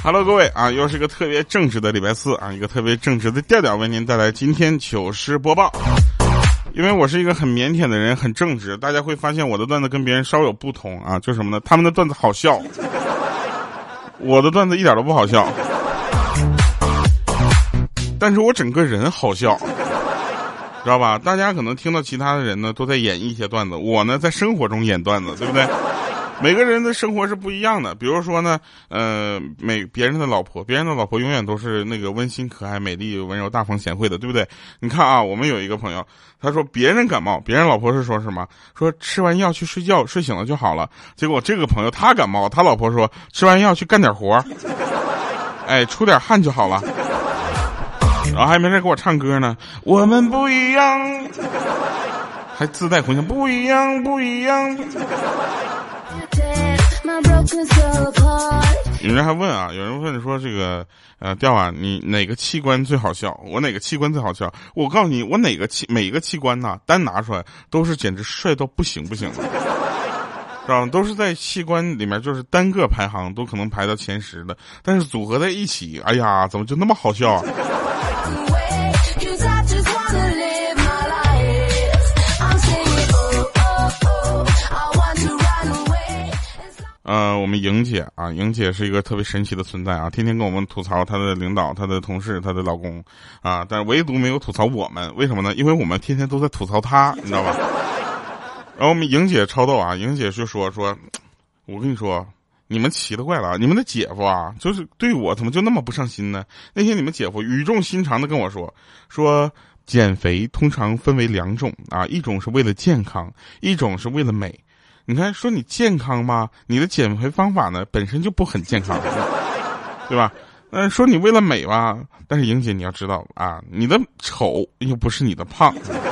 Hello， 各位啊，又是一个特别正直的礼拜四啊，一个特别正直的调调为您带来今天糗事播报。因为我是一个很腼腆的人，很正直，大家会发现我的段子跟别人稍有不同啊，就是什么呢？他们的段子好笑，我的段子一点都不好笑，但是我整个人好笑，知道吧？大家可能听到其他的人呢都在演绎一些段子，我呢在生活中演段子，对不对？每个人的生活是不一样的，比如说呢，别人的老婆永远都是那个温馨可爱、美丽、温柔、大方、贤惠的，对不对？你看啊，我们有一个朋友，他说别人感冒，别人老婆是说什么？说吃完药去睡觉，睡醒了就好了。结果这个朋友他感冒，他老婆说吃完药去干点活，哎，出点汗就好了。然后还没人给我唱歌呢，我们不一样，还自带混响，不一样，不一样。有人还问啊，有人问说这个调啊，你哪个器官最好笑？我哪个器官最好笑？我告诉你，我每一个器官呢，单拿出来都是简直帅到不行了，知道吗？都是在器官里面就是单个排行都可能排到前10的，但是组合在一起，哎呀，怎么就那么好笑啊？我们莹姐啊，莹姐是一个特别神奇的存在啊，天天跟我们吐槽她的领导、她的同事、她的老公啊，但是唯独没有吐槽我们，为什么呢？因为我们天天都在吐槽她，你知道吧？然后我们莹姐超逗啊，莹姐就说，我跟你说，你们奇了怪了，你们的姐夫啊，就是对我怎么就那么不上心呢？那天你们姐夫语重心长的跟我说减肥通常分为2种啊，一种是为了健康，一种是为了美。你看，说你健康吗？你的减肥方法呢本身就不很健康，对吧？说你为了美吧，但是莹姐你要知道啊，你的丑又不是你的胖。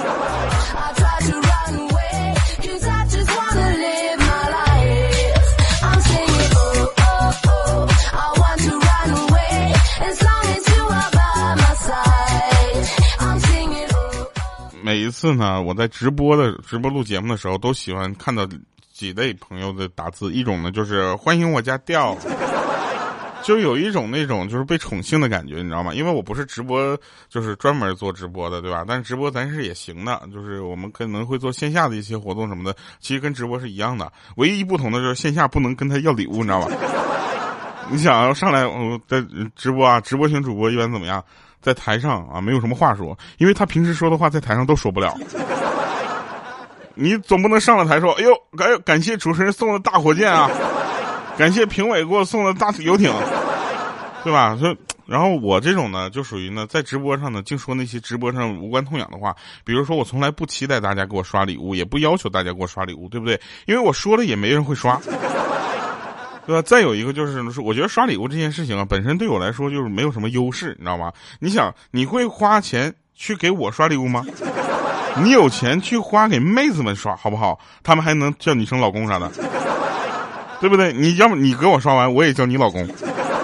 每一次呢，我在直播录节目的时候，都喜欢看到几类朋友的打字，一种呢就是欢迎我家调，就有一种那种就是被宠幸的感觉，你知道吗？因为我不是直播，就是专门做直播的，对吧？但是直播咱是也行的，就是我们可能会做线下的一些活动什么的，其实跟直播是一样的，唯一不同的就是线下不能跟他要礼物，你知道吧？你想要上来我在直播啊，直播型主播一般怎么样？在台上啊，没有什么话说，因为他平时说的话在台上都说不了。你总不能上了台说，哎呦，感谢主持人送的大火箭啊，感谢评委给我送的大游艇，对吧？然后我这种呢，就属于呢，在直播上呢，净说那些直播上无关痛痒的话，比如说我从来不期待大家给我刷礼物，也不要求大家给我刷礼物，对不对？因为我说了也没人会刷。对吧？再有一个就是，我觉得刷礼物这件事情啊，本身对我来说就是没有什么优势，你知道吗？你想，你会花钱去给我刷礼物吗？你有钱去花给妹子们刷，好不好？他们还能叫你声老公啥的，对不对？你要么你给我刷完，我也叫你老公。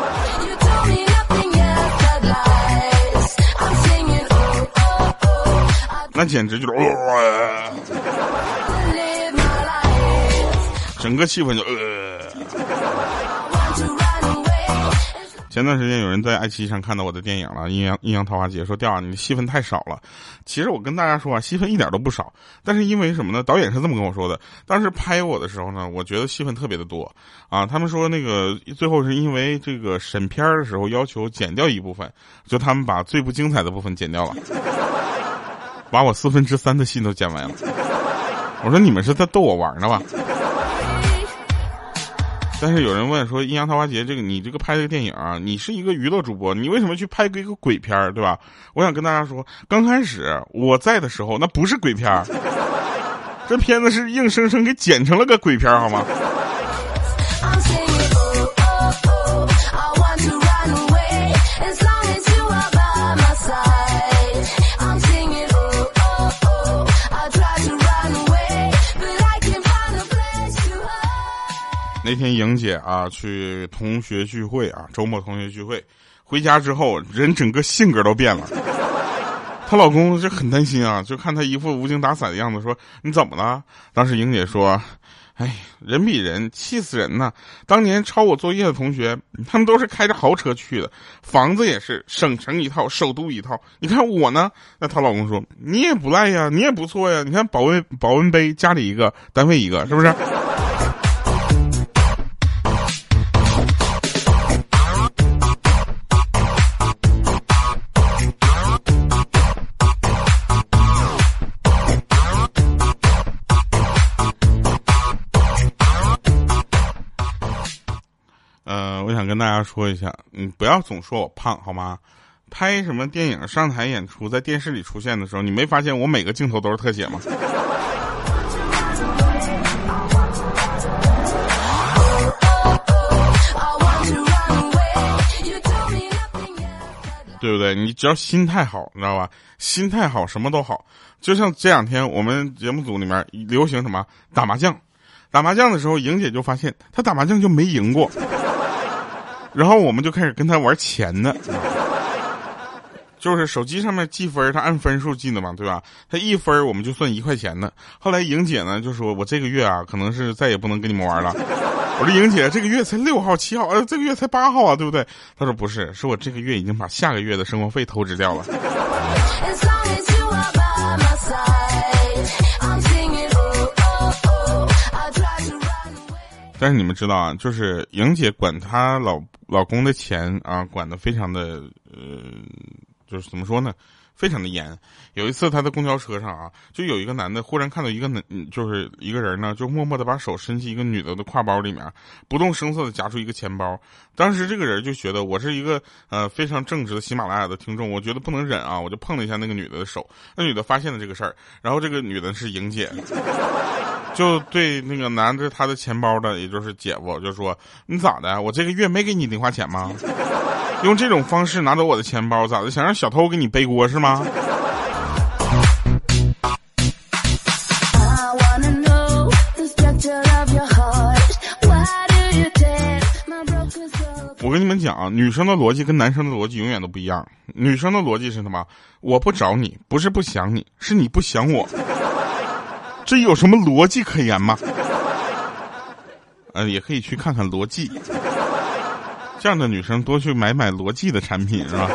那简直就是整个气氛就前段时间有人在爱奇艺上看到我的电影了，阴阳桃花劫，说调啊，你的戏份太少了。其实我跟大家说啊，戏份一点都不少，但是因为什么呢？导演是这么跟我说的，当时拍我的时候呢，我觉得戏份特别的多啊。他们说那个最后是因为这个审片的时候要求剪掉一部分，就他们把最不精彩的部分剪掉了，把我3/4的戏都剪完了。我说你们是在逗我玩呢吧？但是有人问说，阴阳桃花劫这个你这个拍这个电影啊，你是一个娱乐主播，你为什么去拍一个鬼片，对吧？我想跟大家说，刚开始我在的时候那不是鬼片，这片子是硬生生给剪成了个鬼片，好吗？那天莹姐啊去同学聚会啊，周末同学聚会，回家之后人整个性格都变了。她老公就很担心啊，就看她一副无精打采的样子，说你怎么了？当时莹姐说， 哎，人比人，气死人呐！当年抄我作业的同学，他们都是开着豪车去的，房子也是省城一套，首都一套。你看我呢？那她老公说：“你也不赖呀，你也不错呀。你看保温杯，家里一个，单位一个，是不是？”我想跟大家说一下，你不要总说我胖好吗？拍什么电影上台演出，在电视里出现的时候，你没发现我每个镜头都是特写吗？对不对？你只要心态好，你知道吧？心态好什么都好。就像这两天我们节目组里面流行什么打麻将，打麻将的时候，莹姐就发现她打麻将就没赢过。然后我们就开始跟他玩钱呢，就是手机上面记分，他按分数记的嘛，对吧？他1分我们就算1块钱呢。后来莹姐呢就说：“我这个月啊，可能是再也不能跟你们玩了。”我说：“莹姐，这个月才6号、7号，这个月才8号啊，对不对？”她说：“不是，是我这个月已经把下个月的生活费透支掉了。”但是你们知道啊，就是莹姐管她老公的钱啊，管得非常的就是怎么说呢，非常的严。有一次她在公交车上啊，就有一个男的忽然看到就是一个人呢，就默默的把手伸进一个女的挎包里面，不动声色的夹出一个钱包。当时这个人就觉得我是一个非常正直的喜马拉雅的听众，我觉得不能忍啊，我就碰了一下那个女的手。那女的发现了这个事儿，然后这个女的是莹姐。就对那个拿着他的钱包的，也就是姐夫，就说：“你咋的？我这个月没给你零花钱吗？用这种方式拿走我的钱包，咋的？想让小偷给你背锅是吗？”我跟你们讲啊，女生的逻辑跟男生的逻辑永远都不一样。女生的逻辑是什么？我不找你，不是不想你，是你不想我。这有什么逻辑可言吗？也可以去看看罗技，这样的女生多去买罗技的产品，是吧？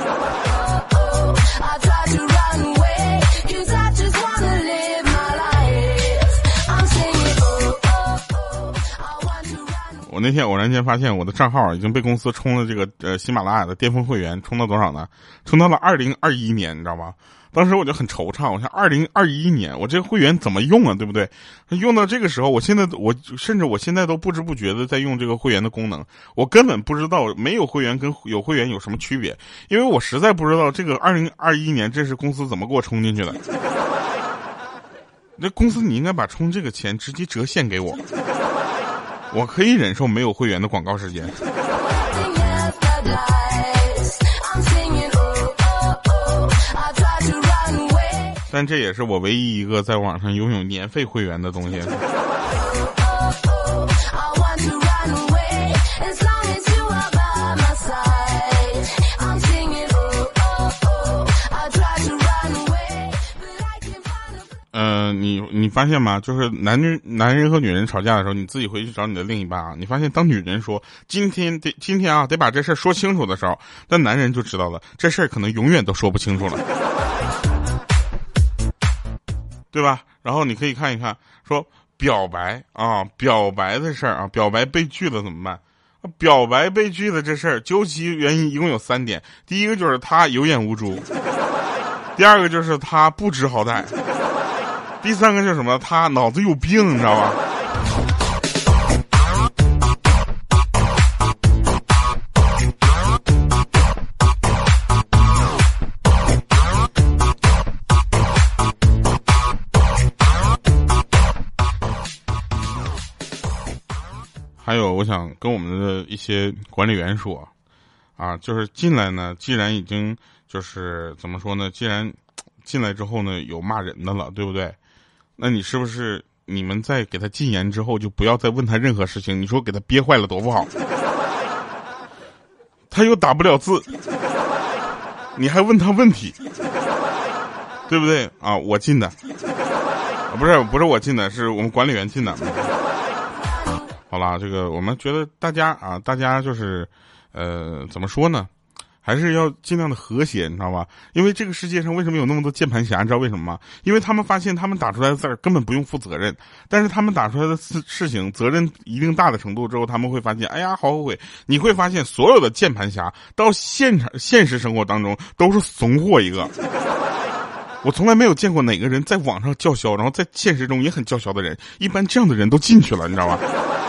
我那天偶然间发现我的账号已经被公司充了这个喜马拉雅的巅峰会员，充到多少呢？充到了2021年，你知道吗？当时我就很惆怅，我想2021年我这个会员怎么用啊，对不对？用到这个时候，甚至我现在都不知不觉的在用这个会员的功能，我根本不知道没有会员跟有会员有什么区别，因为我实在不知道这个2021年这是公司怎么给我充进去的。这公司你应该把充这个钱直接折现给我，我可以忍受没有会员的广告时间。但这也是我唯一一个在网上拥有年费会员的东西。你发现吗？就是男人和女人吵架的时候，你自己回去找你的另一半啊，你发现当女人说今天啊得把这事儿说清楚的时候，那男人就知道了这事儿可能永远都说不清楚了。对吧？然后你可以看一看，说表白的事儿啊，表白被拒了怎么办？表白被拒的这事儿，究其原因一共有3点。第一个就是他有眼无珠，第二个就是他不知好歹，第三个就是什么？他脑子有病，你知道吧？还有，我想跟我们的一些管理员说，啊，就是进来呢，既然已经就是怎么说呢，既然进来之后呢有骂人的了，对不对？那你是不是你们在给他禁言之后，就不要再问他任何事情？你说给他憋坏了多不好？他又打不了字，你还问他问题，对不对啊？我进的，不是我进的，是我们管理员进的。 好啦，这个我们觉得大家就是，怎么说呢？还是要尽量的和谐，你知道吧？因为这个世界上为什么有那么多键盘侠？你知道为什么吗？因为他们发现他们打出来的字儿根本不用负责任，但是他们打出来的事情责任一定大的程度之后，他们会发现，哎呀，好后悔。你会发现所有的键盘侠到现实生活当中都是怂货一个。我从来没有见过哪个人在网上叫嚣，然后在现实中也很叫嚣的人，一般这样的人都进去了，你知道吧？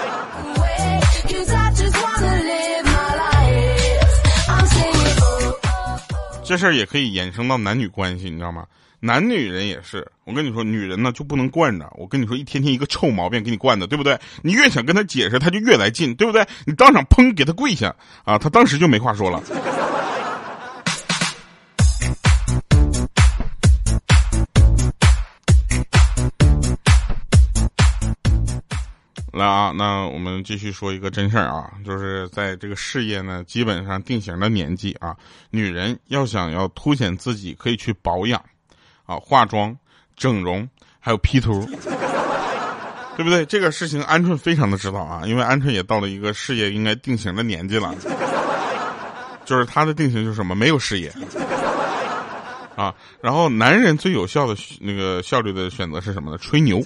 这事儿也可以衍生到男女关系，你知道吗？男女人也是，我跟你说，女人呢就不能惯着。我跟你说，一天天一个臭毛病给你惯的，对不对？你越想跟他解释，他就越来劲，对不对？你当场砰给他跪下啊，他当时就没话说了。来啊，那我们继续说一个真事儿啊，就是在这个事业呢基本上定型的年纪啊，女人想要凸显自己，可以去保养啊，化妆、整容，还有 P 图，对不对？这个事情鹌鹑非常的知道啊，因为鹌鹑也到了一个事业应该定型的年纪了，就是他的定型就是什么？没有事业啊。然后男人最有效的那个效率的选择是什么呢？吹牛。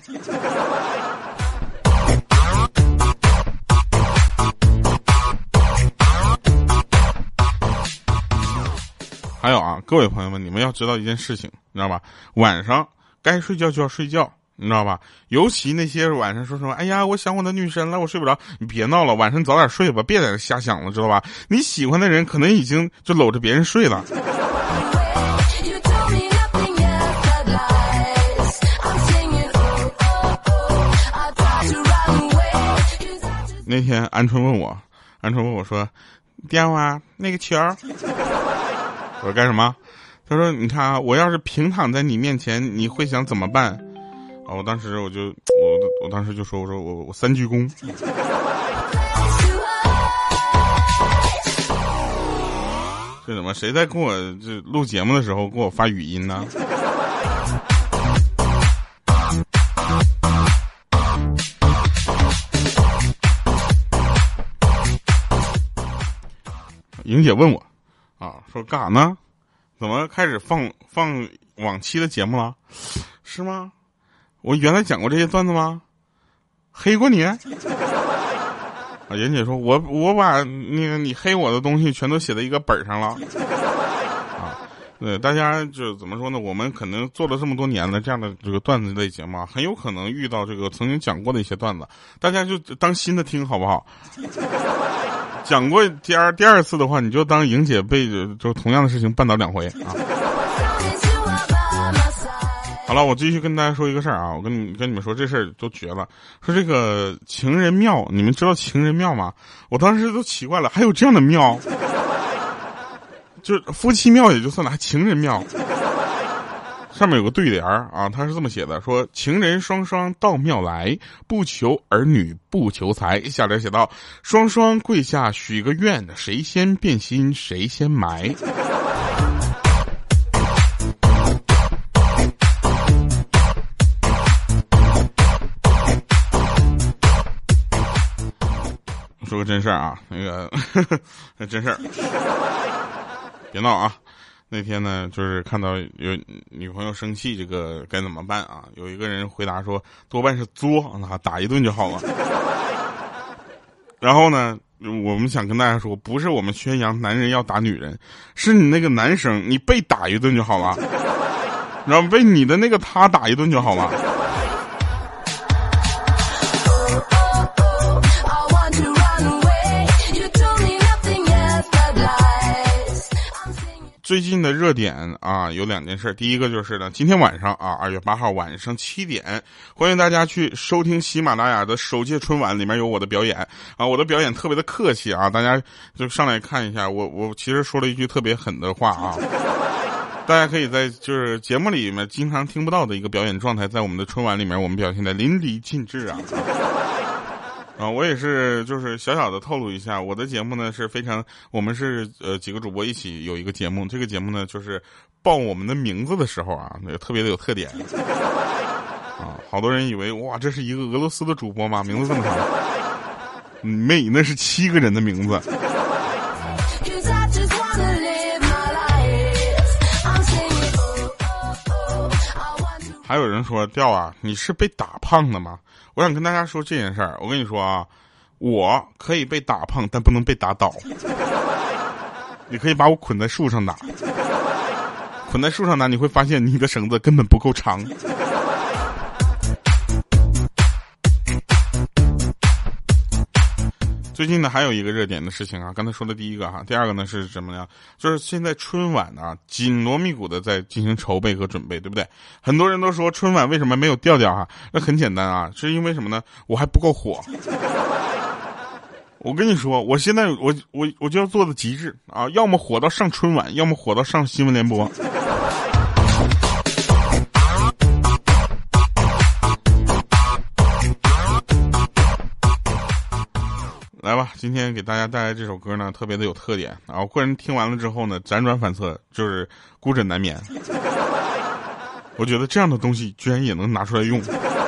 还有啊，各位朋友们，你们要知道一件事情，你知道吧？晚上该睡觉就要睡觉，你知道吧？尤其那些晚上说什么，哎呀，我想我的女神了，我睡不着，你别闹了，晚上早点睡吧，别在这瞎想了，知道吧？你喜欢的人可能已经就搂着别人睡了。那天鹌鹑问我说，爹啊，那个球儿。我说干什么？他说你看啊，我要是平躺在你面前，你会想怎么办？啊，我当时就说，我3鞠躬。这怎么谁在跟我这录节目的时候给我发语音呢？莹姐问我啊，说干啥呢？怎么开始放往期的节目了？是吗？我原来讲过这些段子吗？黑过你？啊，莹姐说我把那个你黑我的东西全都写在一个本上了。啊，对，大家就怎么说呢？我们可能做了这么多年的这样的这个段子类节目，很有可能遇到这个曾经讲过的一些段子，大家就当新的听好不好？讲过第二次的话，你就当莹姐被就同样的事情绊倒2回啊。好了，我继续跟大家说一个事儿啊，我跟你们说这事儿都绝了。说这个情人庙，你们知道情人庙吗？我当时都奇怪了，还有这样的庙？就夫妻庙也就算了，还情人庙？上面有个对联啊，他是这么写的，说情人双双到庙来，不求儿女不求财。下联写道，双双跪下许个愿，谁先变心谁先埋。说个真事儿啊，那个真事儿，别闹啊。那天呢，就是看到有女朋友生气，这个该怎么办啊？有一个人回答说，多半是作啊，打一顿就好了。然后呢，我们想跟大家说，不是我们宣扬男人要打女人，是你那个男生，你被打一顿就好了，然后被你的那个他打一顿就好了。最近的热点啊有2件事，第一个就是呢，今天晚上啊2月8号晚上7点，欢迎大家去收听喜马拉雅的首届春晚，里面有我的表演啊，我的表演特别的客气啊，大家就上来看一下，我其实说了一句特别狠的话啊，大家可以在就是节目里面经常听不到的一个表演状态，在我们的春晚里面我们表现的淋漓尽致啊。啊，我也是，就是小小的透露一下，我的节目呢是非常，我们是几个主播一起有一个节目，这个节目呢就是报我们的名字的时候啊，那个特别的有特点啊，好多人以为哇，这是一个俄罗斯的主播吗？名字这么长妹，那是7个人的名字。还有人说调啊，你是被打胖的吗？我想跟大家说这件事儿。我跟你说啊，我可以被打胖，但不能被打倒。你可以把我捆在树上打，捆在树上打，你会发现你的绳子根本不够长。最近呢还有一个热点的事情啊，刚才说的第一个哈，第二个呢是什么呢？就是现在春晚啊紧锣密鼓的在进行筹备和准备，对不对？很多人都说春晚为什么没有调调哈？那很简单啊，是因为什么呢？我还不够火。我跟你说，我现在我就要做的极致啊，要么火到上春晚，要么火到上新闻联播。来吧，今天给大家带来这首歌呢，特别的有特点啊！我个人听完了之后呢，辗转反侧，就是孤枕难眠。我觉得这样的东西居然也能拿出来用。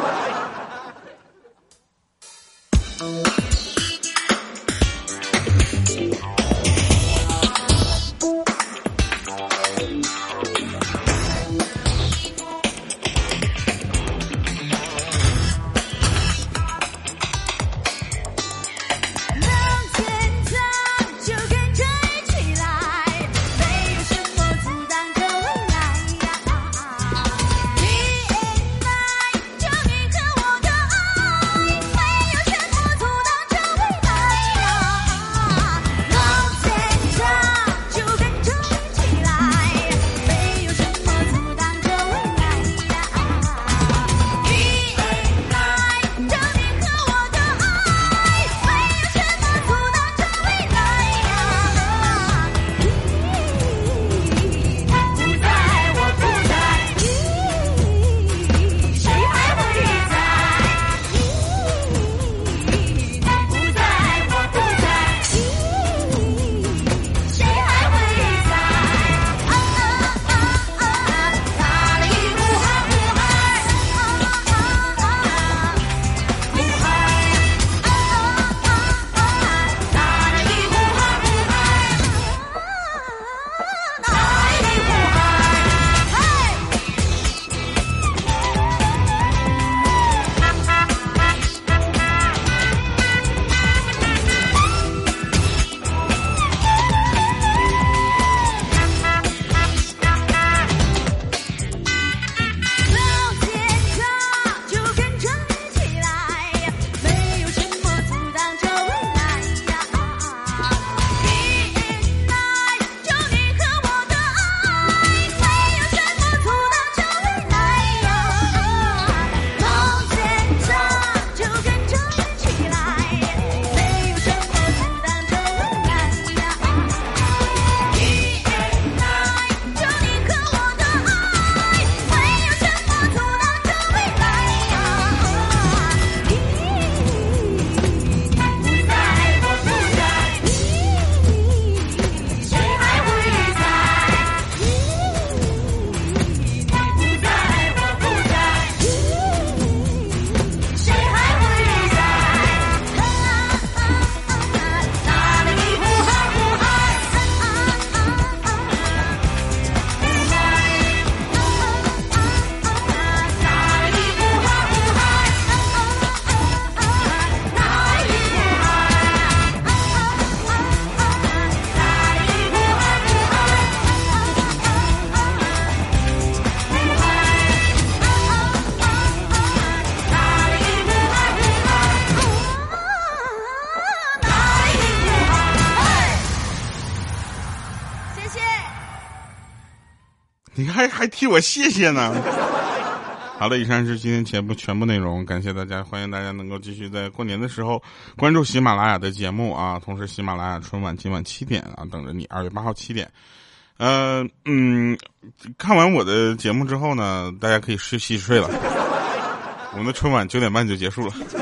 你还替我谢谢呢。好的，以上是今天节目全部内容，感谢大家，欢迎大家能够继续在过年的时候关注喜马拉雅的节目啊，同时喜马拉雅春晚今晚7点啊，等着你，2月8号7点。看完我的节目之后呢，大家可以洗洗睡了。我们的春晚9点半就结束了。